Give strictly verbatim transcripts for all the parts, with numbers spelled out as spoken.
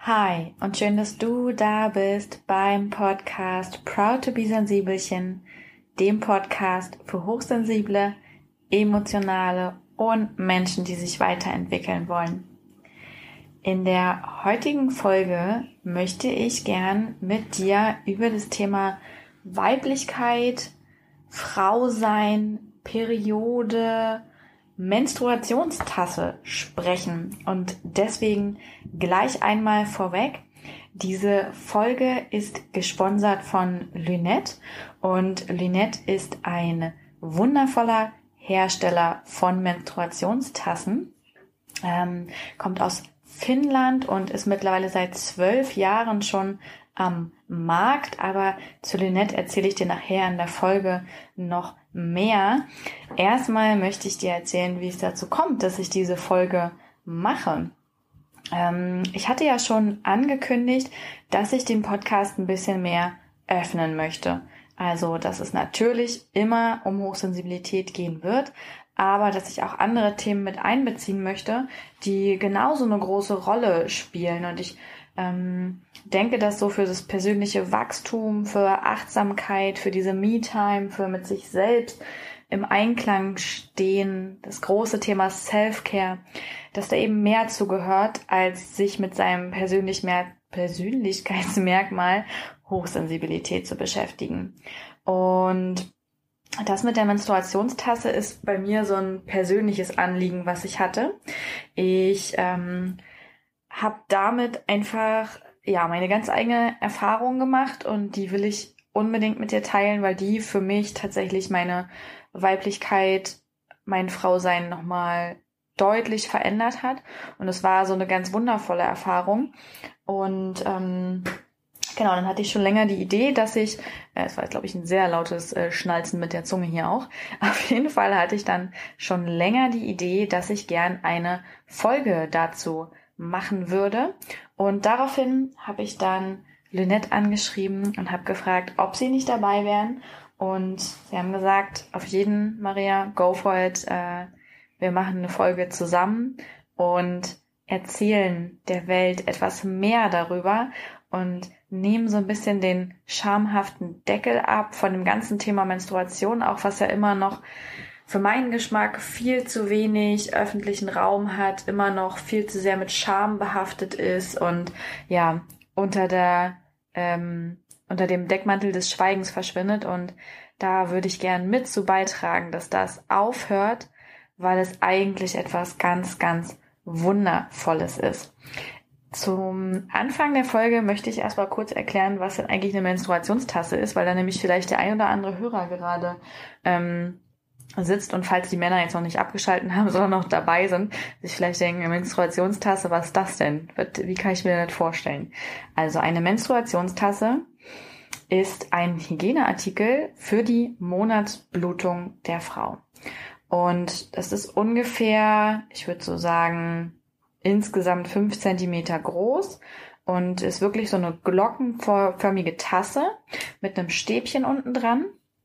Hi und schön, dass du da bist beim Podcast Proud to be Sensibelchen, dem Podcast für hochsensible, emotionale und Menschen, die sich weiterentwickeln wollen. In der heutigen Folge möchte ich gern mit dir über das Thema Weiblichkeit, Frau sein, Periode, Menstruationstasse sprechen und deswegen gleich einmal vorweg. Diese Folge ist gesponsert von Lynette und Lynette ist ein wundervoller Hersteller von Menstruationstassen, ähm, kommt aus Finnland und ist mittlerweile seit zwölf Jahren schon am Markt, aber zu Lynette erzähle ich dir nachher in der Folge noch mehr. Erstmal möchte ich dir erzählen, wie es dazu kommt, dass ich diese Folge mache. Ähm, ich hatte ja schon angekündigt, dass ich den Podcast ein bisschen mehr öffnen möchte. Also, dass es natürlich immer um Hochsensibilität gehen wird, aber dass ich auch andere Themen mit einbeziehen möchte, die genauso eine große Rolle spielen. Und ich ähm, denke, dass so für das persönliche Wachstum, für Achtsamkeit, für diese Me-Time, für mit sich selbst im Einklang stehen, das große Thema Self-Care, dass da eben mehr zugehört, als sich mit seinem persönlich mehr Persönlichkeitsmerkmal Hochsensibilität zu beschäftigen. Und das mit der Menstruationstasse ist bei mir so ein persönliches Anliegen, was ich hatte. Ich ähm, habe damit einfach ja meine ganz eigene Erfahrung gemacht und die will ich unbedingt mit dir teilen, weil die für mich tatsächlich meine Weiblichkeit, mein Frausein nochmal deutlich verändert hat. Und es war so eine ganz wundervolle Erfahrung. Und ähm, Genau, dann hatte ich schon länger die Idee, dass ich, äh, es war jetzt glaube ich ein sehr lautes äh, Schnalzen mit der Zunge hier auch, auf jeden Fall hatte ich dann schon länger die Idee, dass ich gern eine Folge dazu machen würde. Und daraufhin habe ich dann Lynette angeschrieben und habe gefragt, ob sie nicht dabei wären. Und sie haben gesagt, auf jeden, Maria, go for it, äh, wir machen eine Folge zusammen und erzählen der Welt etwas mehr darüber und nehmen so ein bisschen den schamhaften Deckel ab von dem ganzen Thema Menstruation, auch was ja immer noch für meinen Geschmack viel zu wenig öffentlichen Raum hat, immer noch viel zu sehr mit Scham behaftet ist und ja, unter der ähm, unter dem Deckmantel des Schweigens verschwindet. Und da würde ich gern mit zu beitragen, dass das aufhört, weil es eigentlich etwas ganz, ganz Wundervolles ist. Zum Anfang der Folge möchte ich erstmal kurz erklären, was denn eigentlich eine Menstruationstasse ist, weil da nämlich vielleicht der ein oder andere Hörer gerade ähm, sitzt und falls die Männer jetzt noch nicht abgeschaltet haben, sondern noch dabei sind, sich vielleicht denken, eine Menstruationstasse, was ist das denn? Wie kann ich mir das vorstellen? Also eine Menstruationstasse ist ein Hygieneartikel für die Monatsblutung der Frau. Und das ist ungefähr, ich würde so sagen, insgesamt fünf Zentimeter groß und ist wirklich so eine glockenförmige Tasse mit einem Stäbchen unten dran.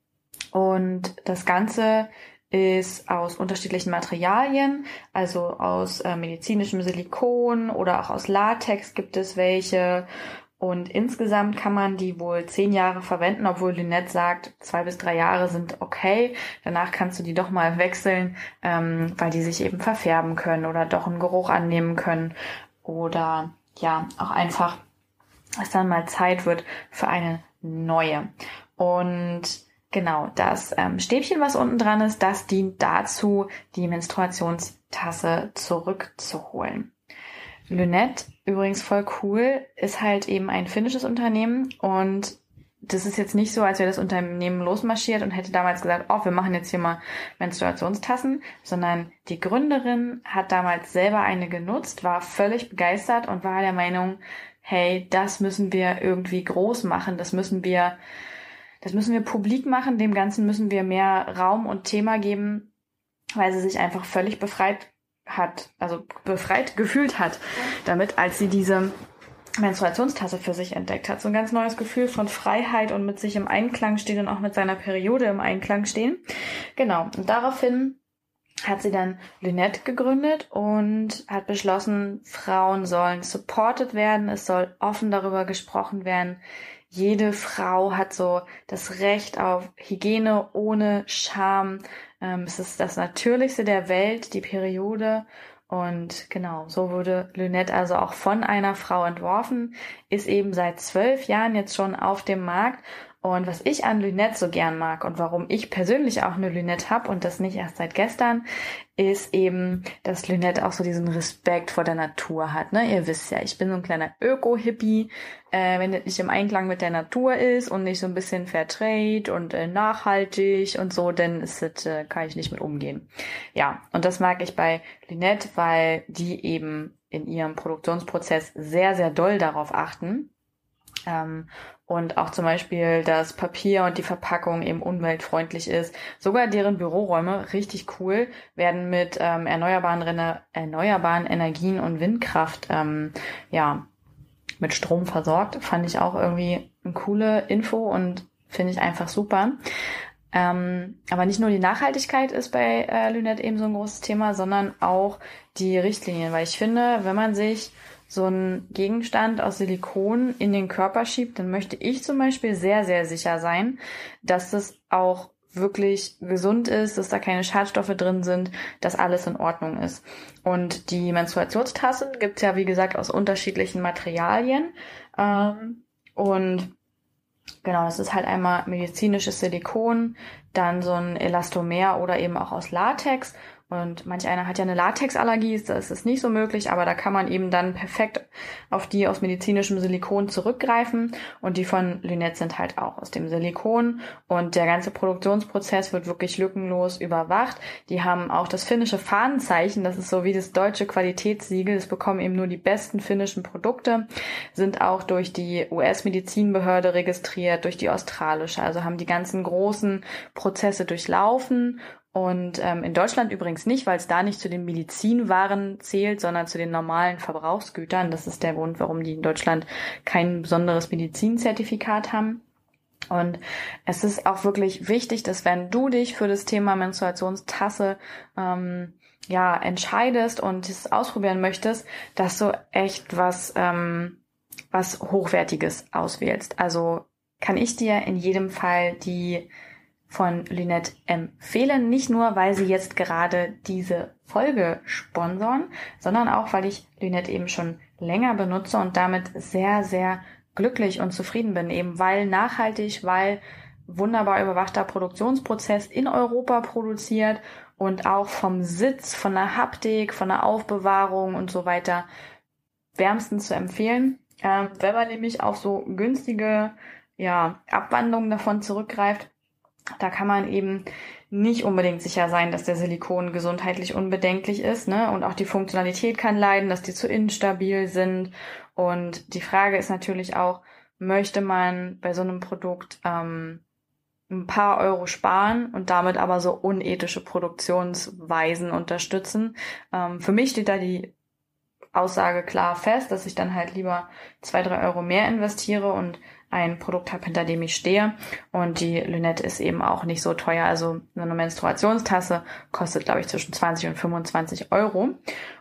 Und das Ganze ist aus unterschiedlichen Materialien, also aus äh, medizinischem Silikon oder auch aus Latex gibt es welche. Und insgesamt kann man die wohl zehn Jahre verwenden, obwohl Lynette sagt, zwei bis drei Jahre sind okay. Danach kannst du die doch mal wechseln, ähm, weil die sich eben verfärben können oder doch einen Geruch annehmen können. Oder ja, auch einfach, dass dann mal Zeit wird für eine neue. Und genau, das ähm, Stäbchen, was unten dran ist, das dient dazu, die Menstruationstasse zurückzuholen. Lynette, übrigens voll cool, ist halt eben ein finnisches Unternehmen und das ist jetzt nicht so, als wäre das Unternehmen losmarschiert und hätte damals gesagt, oh, wir machen jetzt hier mal Menstruationstassen, sondern die Gründerin hat damals selber eine genutzt, war völlig begeistert und war der Meinung, hey, das müssen wir irgendwie groß machen, das müssen wir, das müssen wir publik machen, dem Ganzen müssen wir mehr Raum und Thema geben, weil sie sich einfach völlig befreit hat, also befreit gefühlt hat damit, als sie diese Menstruationstasse für sich entdeckt hat. So ein ganz neues Gefühl von Freiheit und mit sich im Einklang stehen und auch mit seiner Periode im Einklang stehen. Genau, und daraufhin hat sie dann Lynette gegründet und hat beschlossen, Frauen sollen supported werden, es soll offen darüber gesprochen werden. Jede Frau hat so das Recht auf Hygiene ohne Scham. Ähm, es ist das Natürlichste der Welt, die Periode. Und genau, so wurde Lynette also auch von einer Frau entworfen, ist eben seit zwölf Jahren jetzt schon auf dem Markt. Und was ich an Lynette so gern mag und warum ich persönlich auch eine Lynette habe und das nicht erst seit gestern, ist eben, dass Lynette auch so diesen Respekt vor der Natur hat. Ne? Ihr wisst ja, ich bin so ein kleiner Öko-Hippie. Äh, wenn das nicht im Einklang mit der Natur ist und nicht so ein bisschen Fairtrade und äh, nachhaltig und so, dann ist das, äh, kann ich nicht mit umgehen. Ja, und das mag ich bei Lynette, weil die eben in ihrem Produktionsprozess sehr, sehr doll darauf achten. Ähm, und auch zum Beispiel das Papier und die Verpackung eben umweltfreundlich ist. Sogar deren Büroräume, richtig cool, werden mit ähm, erneuerbaren, Rene- erneuerbaren Energien und Windkraft ähm, ja mit Strom versorgt. Fand ich auch irgendwie eine coole Info und finde ich einfach super. Ähm, aber nicht nur die Nachhaltigkeit ist bei äh, Lynette eben so ein großes Thema, sondern auch die Richtlinien. Weil ich finde, wenn man sich so einen Gegenstand aus Silikon in den Körper schiebt, dann möchte ich zum Beispiel sehr, sehr sicher sein, dass das auch wirklich gesund ist, dass da keine Schadstoffe drin sind, dass alles in Ordnung ist. Und die Menstruationstassen gibt's ja, wie gesagt, aus unterschiedlichen Materialien. Ähm, und genau, das ist halt einmal medizinisches Silikon, dann so ein Elastomer oder eben auch aus Latex. Und manch einer hat ja eine Latexallergie, da ist es nicht so möglich, aber da kann man eben dann perfekt auf die aus medizinischem Silikon zurückgreifen. Und die von Lynette sind halt auch aus dem Silikon. Und der ganze Produktionsprozess wird wirklich lückenlos überwacht. Die haben auch das finnische Fahnenzeichen, das ist so wie das deutsche Qualitätssiegel. Das bekommen eben nur die besten finnischen Produkte, sind auch durch die U S-Medizinbehörde registriert, durch die australische. Also haben die ganzen großen Prozesse durchlaufen. Und ähm, in Deutschland übrigens nicht, weil es da nicht zu den Medizinwaren zählt, sondern zu den normalen Verbrauchsgütern. Das ist der Grund, warum die in Deutschland kein besonderes Medizinzertifikat haben. Und es ist auch wirklich wichtig, dass wenn du dich für das Thema Menstruationstasse ähm, ja entscheidest und es ausprobieren möchtest, dass du echt was ähm, was Hochwertiges auswählst. Also kann ich dir in jedem Fall die von Lynette empfehlen, nicht nur, weil sie jetzt gerade diese Folge sponsoren, sondern auch, weil ich Lynette eben schon länger benutze und damit sehr, sehr glücklich und zufrieden bin, eben weil nachhaltig, weil wunderbar überwachter Produktionsprozess in Europa produziert und auch vom Sitz, von der Haptik, von der Aufbewahrung und so weiter wärmstens zu empfehlen. Ähm, wenn man nämlich auf so günstige ja, Abwandlungen davon zurückgreift, da kann man eben nicht unbedingt sicher sein, dass der Silikon gesundheitlich unbedenklich ist, ne? Und auch die Funktionalität kann leiden, dass die zu instabil sind. Und die Frage ist natürlich auch, möchte man bei so einem Produkt ähm, ein paar Euro sparen und damit aber so unethische Produktionsweisen unterstützen? Ähm, für mich steht da die Aussage klar fest, dass ich dann halt lieber zwei, drei Euro mehr investiere und ein Produkt habe, hinter dem ich stehe. Und die Lynette ist eben auch nicht so teuer. Also eine Menstruationstasse kostet, glaube ich, zwischen zwanzig und fünfundzwanzig Euro.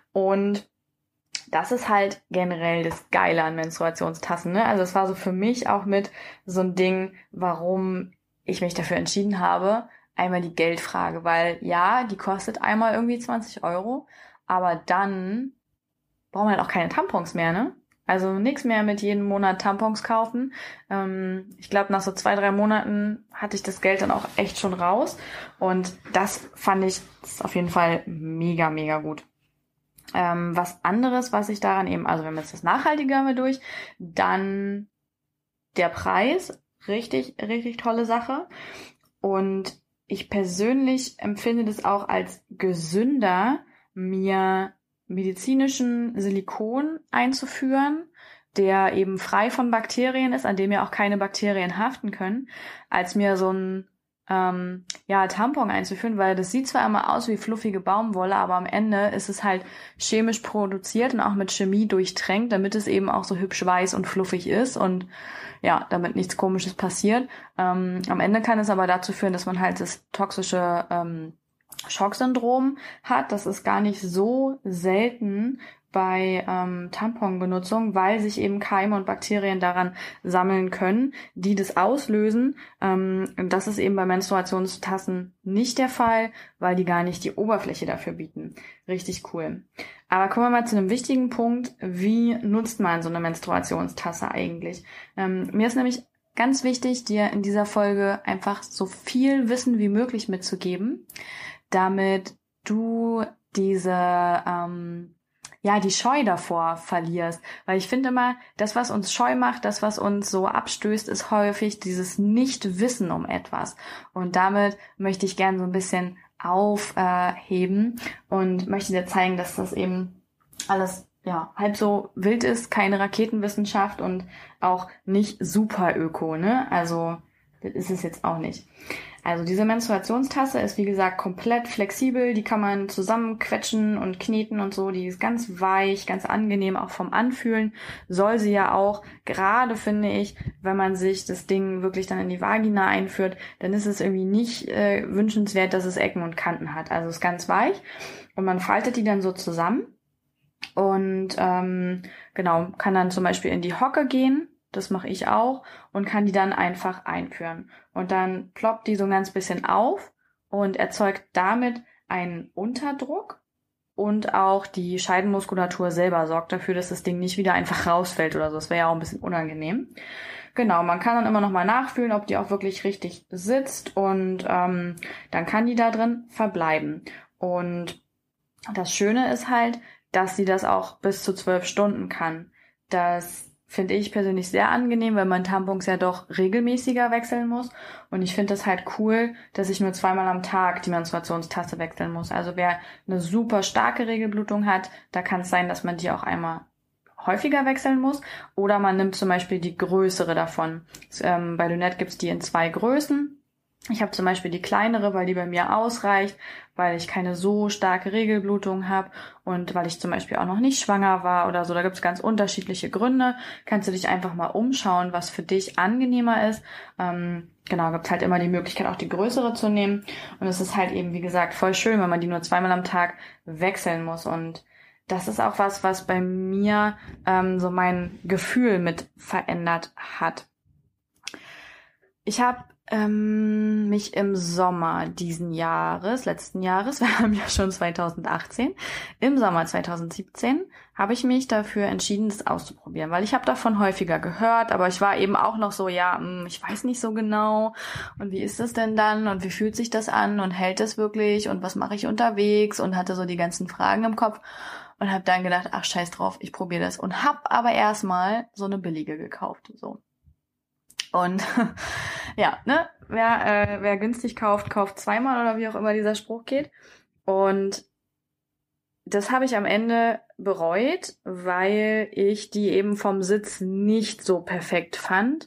Und das ist halt generell das Geile an Menstruationstassen, ne? Also es war so für mich auch mit so ein Ding, warum ich mich dafür entschieden habe. Einmal die Geldfrage, weil ja, die kostet einmal irgendwie zwanzig Euro, aber dann braucht man halt auch keine Tampons mehr, ne? Also nichts mehr mit jedem Monat Tampons kaufen. Ähm, ich glaube, nach so zwei, drei Monaten hatte ich das Geld dann auch echt schon raus. Und das fand ich das ist auf jeden Fall mega, mega gut. Ähm, was anderes, was ich daran eben, also wenn wir jetzt das Nachhaltige haben wir durch, dann der Preis, richtig, richtig tolle Sache. Und ich persönlich empfinde das auch als gesünder, mir medizinischen Silikon einzuführen, der eben frei von Bakterien ist, an dem ja auch keine Bakterien haften können, als mir so ein ähm, ja Tampon einzuführen, weil das sieht zwar immer aus wie fluffige Baumwolle, aber am Ende ist es halt chemisch produziert und auch mit Chemie durchtränkt, damit es eben auch so hübsch weiß und fluffig ist und ja, damit nichts Komisches passiert. Ähm, am Ende kann es aber dazu führen, dass man halt das toxische ähm, Schocksyndrom hat. Das ist gar nicht so selten bei ähm, Tamponbenutzung, weil sich eben Keime und Bakterien daran sammeln können, die das auslösen. Ähm, das ist eben bei Menstruationstassen nicht der Fall, weil die gar nicht die Oberfläche dafür bieten. Richtig cool. Aber kommen wir mal zu einem wichtigen Punkt. Wie nutzt man so eine Menstruationstasse eigentlich? Ähm, mir ist nämlich ganz wichtig, dir in dieser Folge einfach so viel Wissen wie möglich mitzugeben, damit du diese ähm, ja, die Scheu davor verlierst. Weil ich finde immer, das, was uns scheu macht, das, was uns so abstößt, ist häufig dieses Nichtwissen um etwas. Und damit möchte ich gerne so ein bisschen aufheben äh, und möchte dir zeigen, dass das eben alles ja halb so wild ist, keine Raketenwissenschaft und auch nicht super öko, ne? Also das ist es jetzt auch nicht. Also diese Menstruationstasse ist wie gesagt komplett flexibel, die kann man zusammenquetschen und kneten und so, die ist ganz weich, ganz angenehm, auch vom Anfühlen soll sie ja auch, gerade finde ich, wenn man sich das Ding wirklich dann in die Vagina einführt, dann ist es irgendwie nicht äh, wünschenswert, dass es Ecken und Kanten hat, also es ist ganz weich und man faltet die dann so zusammen und ähm, genau, kann dann zum Beispiel in die Hocke gehen. Das mache ich auch und kann die dann einfach einführen. Und dann ploppt die so ein ganz bisschen auf und erzeugt damit einen Unterdruck und auch die Scheidenmuskulatur selber sorgt dafür, dass das Ding nicht wieder einfach rausfällt oder so. Das wäre ja auch ein bisschen unangenehm. Genau, man kann dann immer noch mal nachfühlen, ob die auch wirklich richtig sitzt und ähm, dann kann die da drin verbleiben. Und das Schöne ist halt, dass sie das auch bis zu zwölf Stunden kann. Das finde ich persönlich sehr angenehm, weil man Tampons ja doch regelmäßiger wechseln muss. Und ich finde das halt cool, dass ich nur zweimal am Tag die Menstruationstasse wechseln muss. Also wer eine super starke Regelblutung hat, da kann es sein, dass man die auch einmal häufiger wechseln muss. Oder man nimmt zum Beispiel die größere davon. Ähm, bei Lynette gibt es die in zwei Größen. Ich habe zum Beispiel die kleinere, weil die bei mir ausreicht, weil ich keine so starke Regelblutung habe und weil ich zum Beispiel auch noch nicht schwanger war oder so. Da gibt es ganz unterschiedliche Gründe. Kannst du dich einfach mal umschauen, was für dich angenehmer ist. Ähm, genau, gibt es halt immer die Möglichkeit, auch die größere zu nehmen. Und es ist halt eben, wie gesagt, voll schön, wenn man die nur zweimal am Tag wechseln muss. Und das ist auch was, was bei mir ähm, so mein Gefühl mit verändert hat. Ich habe ähm, mich im Sommer diesen Jahres, letzten Jahres, wir haben ja schon zwanzig achtzehn, im Sommer zwanzig siebzehn habe ich mich dafür entschieden, das auszuprobieren, weil ich habe davon häufiger gehört, aber ich war eben auch noch so, ja, mh, ich weiß nicht so genau und wie ist das denn dann und wie fühlt sich das an und hält das wirklich und was mache ich unterwegs und hatte so die ganzen Fragen im Kopf und habe dann gedacht, ach scheiß drauf, ich probiere das und habe aber erstmal so eine billige gekauft, so. Und ja, ne, wer, äh, wer günstig kauft, kauft zweimal oder wie auch immer dieser Spruch geht. Und das habe ich am Ende bereut, weil ich die eben vom Sitz nicht so perfekt fand.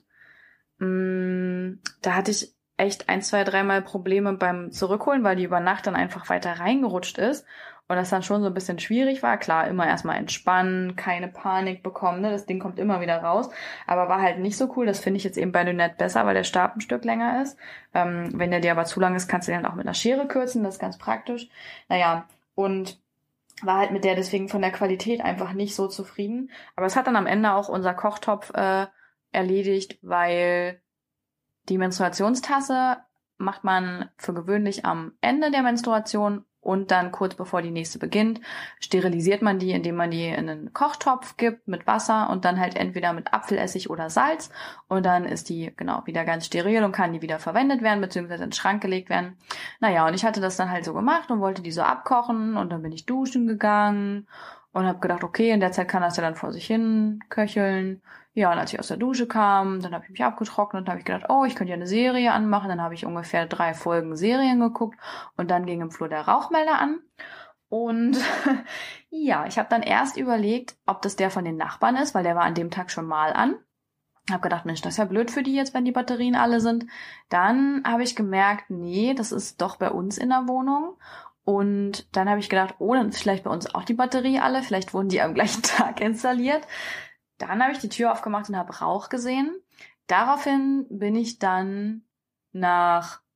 Mm, da hatte ich echt ein, zwei, dreimal Probleme beim Zurückholen, weil die über Nacht dann einfach weiter reingerutscht ist. Und das dann schon so ein bisschen schwierig war. Klar, immer erstmal entspannen, keine Panik bekommen, ne? Das Ding kommt immer wieder raus. Aber war halt nicht so cool. Das finde ich jetzt eben bei Lynette besser, weil der Stab ein Stück länger ist. Ähm, wenn der dir aber zu lang ist, kannst du den auch mit einer Schere kürzen. Das ist ganz praktisch. Naja, und war halt mit der deswegen von der Qualität einfach nicht so zufrieden. Aber es hat dann am Ende auch unser Kochtopf äh, erledigt, weil die Menstruationstasse macht man für gewöhnlich am Ende der Menstruation und dann kurz bevor die nächste beginnt, sterilisiert man die, indem man die in einen Kochtopf gibt mit Wasser und dann halt entweder mit Apfelessig oder Salz und dann ist die genau wieder ganz steril und kann die wieder verwendet werden beziehungsweise in den Schrank gelegt werden. Naja, und ich hatte das dann halt so gemacht und wollte die so abkochen und dann bin ich duschen gegangen und habe gedacht, okay, in der Zeit kann das ja dann vor sich hin köcheln. Ja, und als ich aus der Dusche kam, dann habe ich mich abgetrocknet und habe ich gedacht, oh, ich könnte ja eine Serie anmachen. Dann habe ich ungefähr drei Folgen Serien geguckt und dann ging im Flur der Rauchmelder an. Und ja, ich habe dann erst überlegt, ob das der von den Nachbarn ist, weil der war an dem Tag schon mal an. Habe gedacht, Mensch, das ist ja blöd für die jetzt, wenn die Batterien alle sind. Dann habe ich gemerkt, nee, das ist doch bei uns in der Wohnung. Und dann habe ich gedacht, oh, dann ist vielleicht bei uns auch die Batterie alle. Vielleicht wurden die am gleichen Tag installiert. Dann habe ich die Tür aufgemacht und habe Rauch gesehen. Daraufhin bin ich dann nach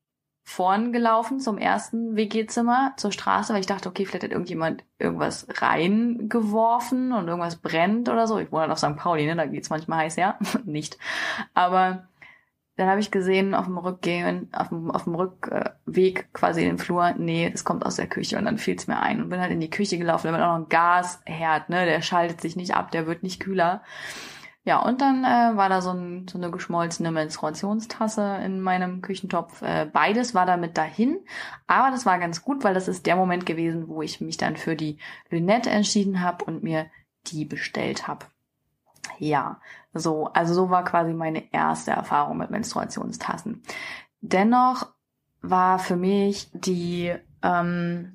vorn gelaufen zum ersten W G-Zimmer zur Straße, weil ich dachte, okay, vielleicht hat irgendjemand irgendwas reingeworfen und irgendwas brennt oder so. Ich wohne halt auf Sankt Pauli, ne, da geht's manchmal heiß her. Nicht. Aber dann habe ich gesehen, auf dem Rückgehen, auf dem, auf dem Rückweg quasi in den Flur, nee, es kommt aus der Küche. Und dann fiel es mir ein und bin halt in die Küche gelaufen. Da wird auch noch ein Gasherd, ne, der schaltet sich nicht ab, der wird nicht kühler. Ja, und dann äh, war da so, ein, so eine geschmolzene Menstruationstasse in meinem Küchentopf. Äh, beides war damit dahin, aber das war ganz gut, weil das ist der Moment gewesen, wo ich mich dann für die Lynette entschieden habe und mir die bestellt habe. Ja, so, also so war quasi meine erste Erfahrung mit Menstruationstassen. Dennoch war für mich die ähm,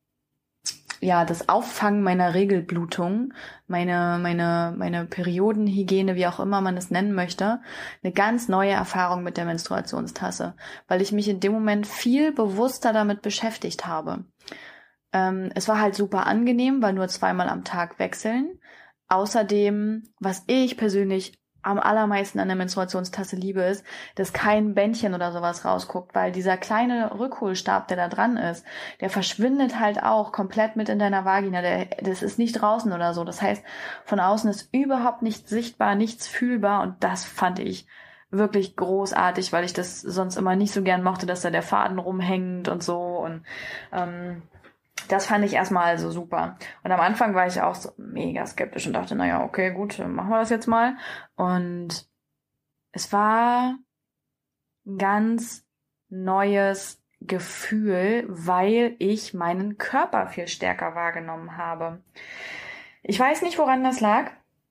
ja, das Auffangen meiner Regelblutung, meine, meine, meine Periodenhygiene, wie auch immer man es nennen möchte, eine ganz neue Erfahrung mit der Menstruationstasse, weil ich mich in dem Moment viel bewusster damit beschäftigt habe. Ähm, es war halt super angenehm, weil nur zweimal am Tag wechseln. Außerdem, was ich persönlich am allermeisten an der Menstruationstasse liebe, ist, dass kein Bändchen oder sowas rausguckt, weil dieser kleine Rückholstab, der da dran ist, der verschwindet halt auch komplett mit in deiner Vagina. Der, das ist nicht draußen oder so. Das heißt, von außen ist überhaupt nichts sichtbar, nichts fühlbar und das fand ich wirklich großartig, weil ich das sonst immer nicht so gern mochte, dass da der Faden rumhängt und so und ähm, das fand ich erstmal so super. Und am Anfang war ich auch so mega skeptisch und dachte, naja, okay, gut, machen wir das jetzt mal. Und es war ein ganz neues Gefühl, weil ich meinen Körper viel stärker wahrgenommen habe. Ich weiß nicht, woran das lag.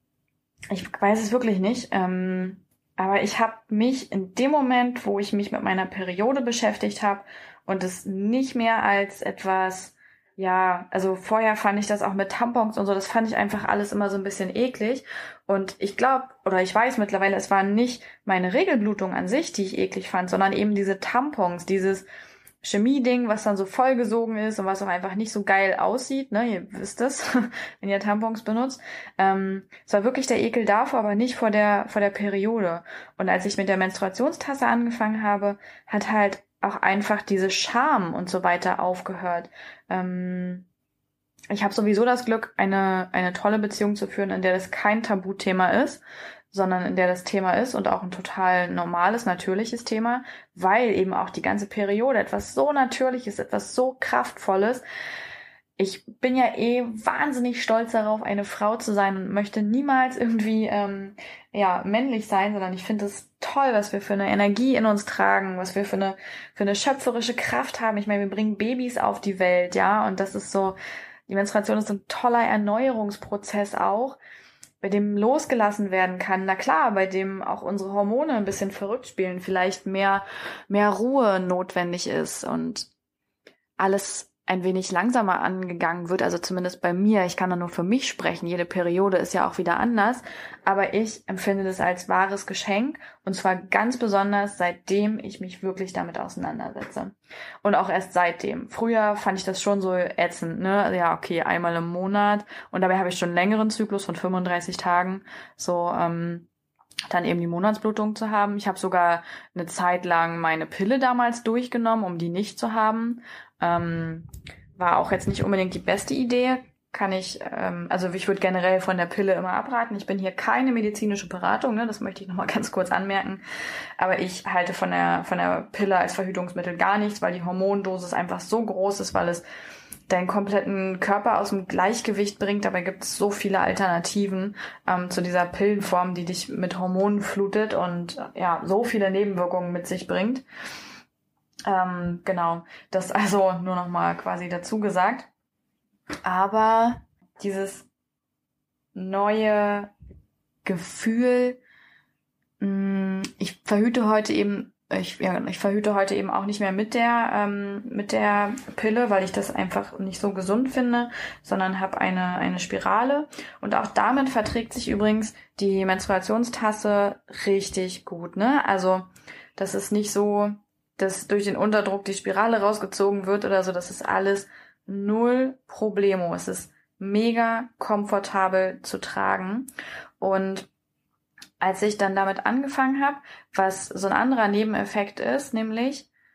Ich weiß es wirklich nicht. Ähm, aber ich habe mich in dem Moment, wo ich mich mit meiner Periode beschäftigt habe und es nicht mehr als etwas... Ja, also vorher fand ich das auch mit Tampons und so, das fand ich einfach alles immer so ein bisschen eklig. Und ich glaube, oder ich weiß mittlerweile, es war nicht meine Regelblutung an sich, die ich eklig fand, sondern eben diese Tampons, dieses Chemie-Ding, was dann so vollgesogen ist und was auch einfach nicht so geil aussieht, ne, ihr wisst es, wenn ihr Tampons benutzt. Ähm, es war wirklich der Ekel davor, aber nicht vor der, vor der Periode. Und als ich mit der Menstruationstasse angefangen habe, hat halt auch einfach diese Scham und so weiter aufgehört. Ähm, ich habe sowieso das Glück, eine eine tolle Beziehung zu führen, in der das kein Tabuthema ist, sondern in der das Thema ist und auch ein total normales, natürliches Thema, weil eben auch die ganze Periode etwas so Natürliches, etwas so Kraftvolles. Ich bin ja eh wahnsinnig stolz darauf, eine Frau zu sein und möchte niemals irgendwie ähm, ja männlich sein, sondern ich finde es toll, was wir für eine Energie in uns tragen, was wir für eine für eine schöpferische Kraft haben. Ich meine, wir bringen Babys auf die Welt, ja, und das ist so, die Menstruation ist ein toller Erneuerungsprozess auch, bei dem losgelassen werden kann. Na klar, bei dem auch unsere Hormone ein bisschen verrückt spielen, vielleicht mehr mehr Ruhe notwendig ist und alles ein wenig langsamer angegangen wird, also zumindest bei mir, ich kann da nur für mich sprechen, jede Periode ist ja auch wieder anders, aber ich empfinde das als wahres Geschenk und zwar ganz besonders, seitdem ich mich wirklich damit auseinandersetze und auch erst seitdem. Früher fand ich das schon so ätzend, ne, ja okay, einmal im Monat und dabei habe ich schon einen längeren Zyklus von fünfunddreißig Tagen, so ähm, dann eben die Monatsblutung zu haben. Ich habe sogar eine Zeit lang meine Pille damals durchgenommen, um die nicht zu haben. Ähm, war auch jetzt nicht unbedingt die beste Idee. Kann ich, ähm, also ich würde generell von der Pille immer abraten. Ich bin hier keine medizinische Beratung, ne, das möchte ich nochmal ganz kurz anmerken. Aber ich halte von der von der Pille als Verhütungsmittel gar nichts, weil die Hormondosis einfach so groß ist, weil es deinen kompletten Körper aus dem Gleichgewicht bringt. Dabei gibt es so viele Alternativen ähm, zu dieser Pillenform, die dich mit Hormonen flutet und ja, so viele Nebenwirkungen mit sich bringt. Ähm, genau, das also nur noch mal quasi dazu gesagt. Aber dieses neue Gefühl, mh, ich verhüte heute eben Ich, ja, ich verhüte heute eben auch nicht mehr mit der ähm, mit der Pille, weil ich das einfach nicht so gesund finde, sondern habe eine eine Spirale und auch damit verträgt sich übrigens die Menstruationstasse richtig gut, ne? Also das ist nicht so, dass durch den Unterdruck die Spirale rausgezogen wird oder so, das ist alles null Problemo. Es ist mega komfortabel zu tragen und als ich dann damit angefangen habe, was so ein anderer Nebeneffekt ist, nämlich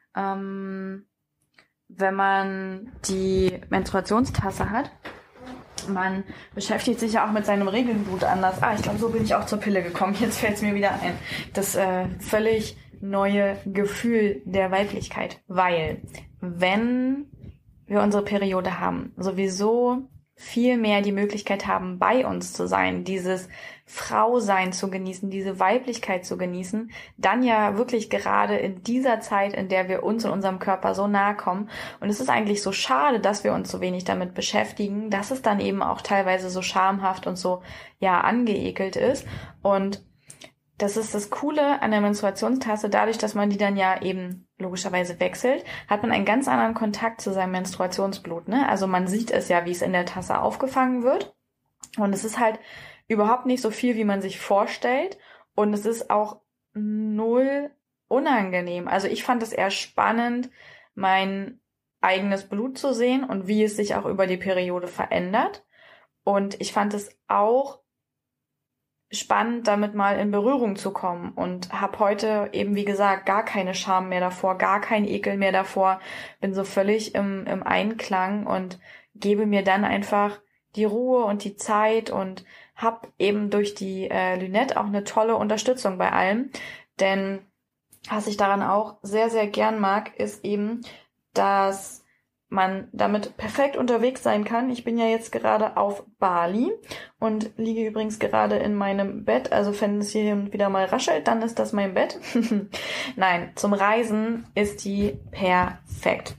ähm, wenn man die Menstruationstasse hat. Man beschäftigt sich ja auch mit seinem Regelblut anders. Ah, ich glaube, so bin ich auch zur Pille gekommen. Jetzt fällt es mir wieder ein. Das äh, völlig neue Gefühl der Weiblichkeit. Weil, wenn wir unsere Periode haben, sowieso viel mehr die Möglichkeit haben, bei uns zu sein, dieses Frausein zu genießen, diese Weiblichkeit zu genießen, dann ja wirklich gerade in dieser Zeit, in der wir uns und unserem Körper so nahe kommen. Und es ist eigentlich so schade, dass wir uns so wenig damit beschäftigen, dass es dann eben auch teilweise so schamhaft und so, ja, angeekelt ist. Und das ist das Coole an der Menstruationstasse. Dadurch, dass man die dann ja eben logischerweise wechselt, hat man einen ganz anderen Kontakt zu seinem Menstruationsblut, ne? Also man sieht es ja, wie es in der Tasse aufgefangen wird. Und es ist halt überhaupt nicht so viel, wie man sich vorstellt. Und es ist auch null unangenehm. Also ich fand es eher spannend, mein eigenes Blut zu sehen und wie es sich auch über die Periode verändert. Und ich fand es auch spannend, damit mal in Berührung zu kommen und habe heute eben, wie gesagt, gar keine Scham mehr davor, gar keinen Ekel mehr davor, bin so völlig im, im Einklang und gebe mir dann einfach die Ruhe und die Zeit und habe eben durch die äh, Lynette auch eine tolle Unterstützung bei allem, denn was ich daran auch sehr, sehr gern mag, ist eben, dass man damit perfekt unterwegs sein kann. Ich bin ja jetzt gerade auf Bali und liege übrigens gerade in meinem Bett. Also wenn es hier wieder mal raschelt, dann ist das mein Bett. Nein, zum Reisen ist die perfekt.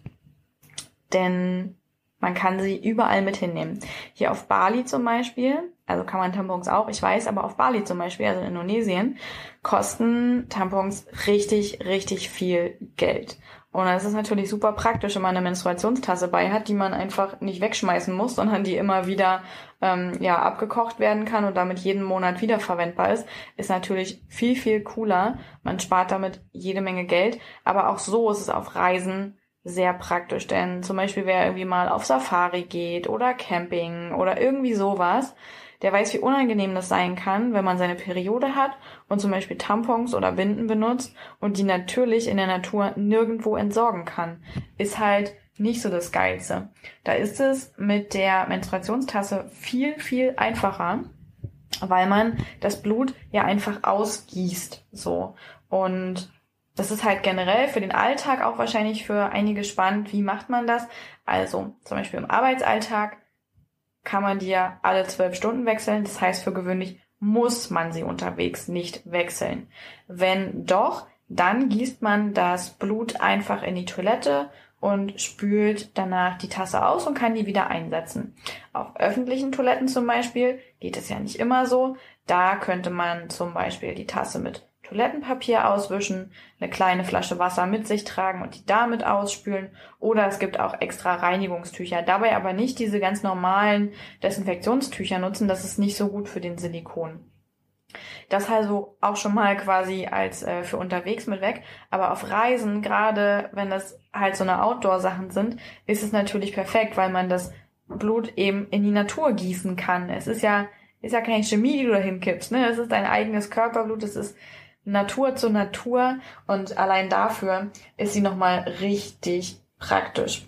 Denn man kann sie überall mit hinnehmen. Hier auf Bali zum Beispiel, also kann man Tampons auch, ich weiß, aber auf Bali zum Beispiel, also in Indonesien, kosten Tampons richtig, richtig viel Geld. Und das ist natürlich super praktisch, wenn man eine Menstruationstasse bei hat, die man einfach nicht wegschmeißen muss, sondern die immer wieder ähm, ja abgekocht werden kann und damit jeden Monat wiederverwendbar ist, ist natürlich viel, viel cooler. Man spart damit jede Menge Geld, aber auch so ist es auf Reisen sehr praktisch, denn zum Beispiel wer irgendwie mal auf Safari geht oder Camping oder irgendwie sowas, der weiß, wie unangenehm das sein kann, wenn man seine Periode hat und zum Beispiel Tampons oder Binden benutzt und die natürlich in der Natur nirgendwo entsorgen kann. Ist halt nicht so das Geilste. Da ist es mit der Menstruationstasse viel, viel einfacher, weil man das Blut ja einfach ausgießt, so. Und das ist halt generell für den Alltag auch wahrscheinlich für einige spannend. Wie macht man das? Also zum Beispiel im Arbeitsalltag kann man die ja alle zwölf Stunden wechseln. Das heißt, für gewöhnlich muss man sie unterwegs nicht wechseln. Wenn doch, dann gießt man das Blut einfach in die Toilette und spült danach die Tasse aus und kann die wieder einsetzen. Auf öffentlichen Toiletten zum Beispiel geht es ja nicht immer so. Da könnte man zum Beispiel die Tasse mit Toilettenpapier auswischen, eine kleine Flasche Wasser mit sich tragen und die damit ausspülen. Oder es gibt auch extra Reinigungstücher. Dabei aber nicht diese ganz normalen Desinfektionstücher nutzen. Das ist nicht so gut für den Silikon. Das also auch schon mal quasi als äh, für unterwegs mit weg. Aber auf Reisen, gerade wenn das halt so eine Outdoor-Sachen sind, ist es natürlich perfekt, weil man das Blut eben in die Natur gießen kann. Es ist ja, ist ja keine Chemie, die du da hinkippst, ne? Es ist dein eigenes Körperblut, es ist Natur zu Natur und allein dafür ist sie nochmal richtig praktisch.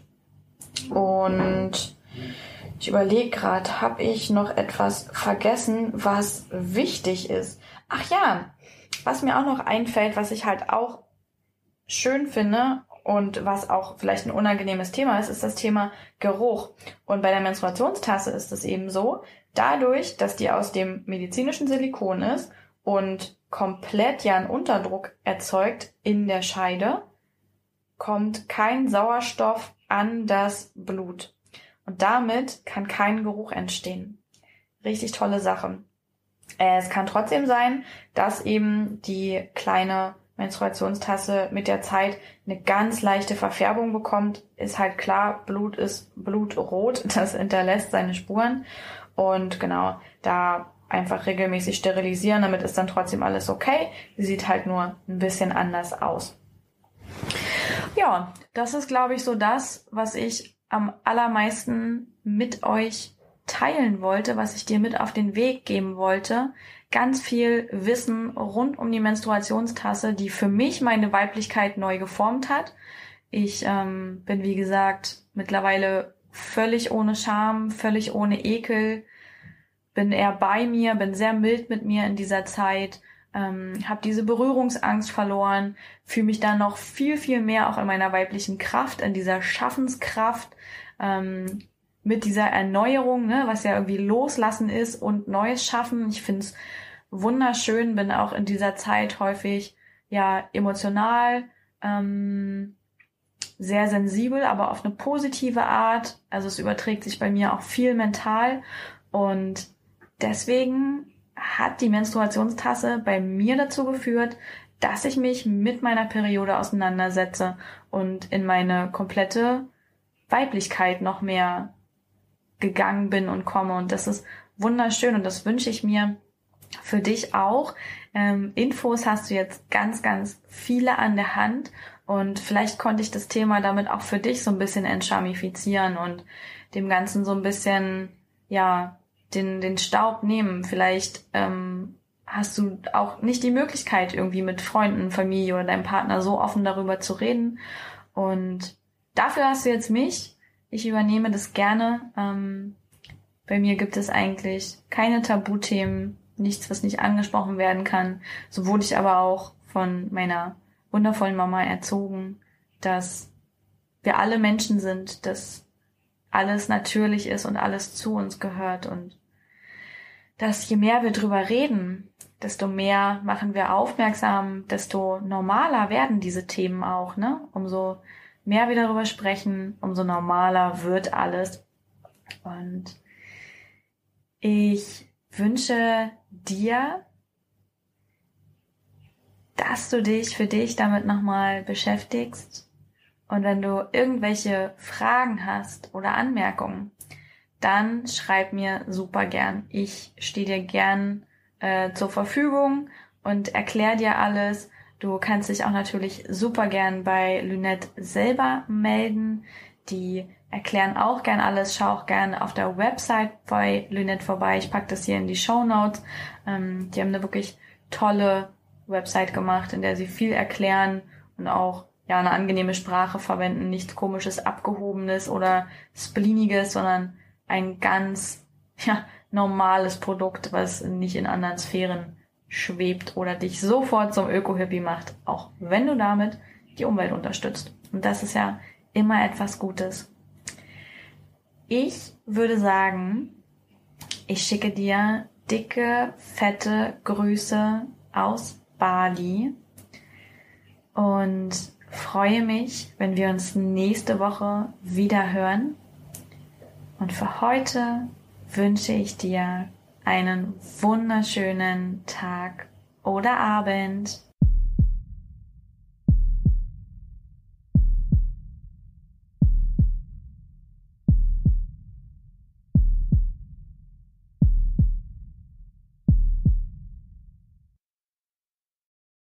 Und ich überlege gerade, habe ich noch etwas vergessen, was wichtig ist? Ach ja, was mir auch noch einfällt, was ich halt auch schön finde und was auch vielleicht ein unangenehmes Thema ist, ist das Thema Geruch. Und bei der Menstruationstasse ist es eben so, dadurch, dass die aus dem medizinischen Silikon ist und komplett ja einen Unterdruck erzeugt in der Scheide, kommt kein Sauerstoff an das Blut. Und damit kann kein Geruch entstehen. Richtig tolle Sache. Es kann trotzdem sein, dass eben die kleine Menstruationstasse mit der Zeit eine ganz leichte Verfärbung bekommt. Ist halt klar, Blut ist blutrot, das hinterlässt seine Spuren. Und genau, da einfach regelmäßig sterilisieren, damit ist dann trotzdem alles okay. Sie sieht halt nur ein bisschen anders aus. Ja, das ist, glaube ich, so das, was ich am allermeisten mit euch teilen wollte, was ich dir mit auf den Weg geben wollte. Ganz viel Wissen rund um die Menstruationstasse, die für mich meine Weiblichkeit neu geformt hat, Ich ähm, bin, wie gesagt, mittlerweile völlig ohne Scham, völlig ohne Ekel, bin eher bei mir, bin sehr mild mit mir in dieser Zeit, ähm, habe diese Berührungsangst verloren, fühle mich dann noch viel, viel mehr auch in meiner weiblichen Kraft, in dieser Schaffenskraft, ähm, mit dieser Erneuerung, ne, was ja irgendwie Loslassen ist und Neues schaffen. Ich finde es wunderschön, bin auch in dieser Zeit häufig ja emotional, ähm, sehr sensibel, aber auf eine positive Art. Also es überträgt sich bei mir auch viel mental und deswegen hat die Menstruationstasse bei mir dazu geführt, dass ich mich mit meiner Periode auseinandersetze und in meine komplette Weiblichkeit noch mehr gegangen bin und komme. Und das ist wunderschön und das wünsche ich mir für dich auch. Ähm, Infos hast du jetzt ganz, ganz viele an der Hand und vielleicht konnte ich das Thema damit auch für dich so ein bisschen entschamifizieren und dem Ganzen so ein bisschen, ja, den, den Staub nehmen. Vielleicht ähm, hast du auch nicht die Möglichkeit, irgendwie mit Freunden, Familie oder deinem Partner so offen darüber zu reden. Und dafür hast du jetzt mich. Ich übernehme das gerne. Ähm, bei mir gibt es eigentlich keine Tabuthemen, nichts, was nicht angesprochen werden kann. So wurde ich aber auch von meiner wundervollen Mama erzogen, dass wir alle Menschen sind, dass alles natürlich ist und alles zu uns gehört und dass je mehr wir drüber reden, desto mehr machen wir aufmerksam, desto normaler werden diese Themen auch, ne? Umso mehr wir darüber sprechen, umso normaler wird alles. Und ich wünsche dir, dass du dich für dich damit nochmal beschäftigst. Und wenn du irgendwelche Fragen hast oder Anmerkungen, dann schreib mir super gern. Ich stehe dir gern äh, zur Verfügung und erkläre dir alles. Du kannst dich auch natürlich super gern bei Lynette selber melden. Die erklären auch gern alles. Schau auch gern auf der Website bei Lynette vorbei. Ich packe das hier in die Shownotes. Ähm, die haben eine wirklich tolle Website gemacht, in der sie viel erklären und auch ja eine angenehme Sprache verwenden. Nichts Komisches, Abgehobenes oder Spleeniges, sondern ein ganz ja normales Produkt, was nicht in anderen Sphären schwebt oder dich sofort zum Öko-Hippie macht, auch wenn du damit die Umwelt unterstützt. Und das ist ja immer etwas Gutes. Ich würde sagen, ich schicke dir dicke, fette Grüße aus Bali und freue mich, wenn wir uns nächste Woche wieder hören. Und für heute wünsche ich dir einen wunderschönen Tag oder Abend.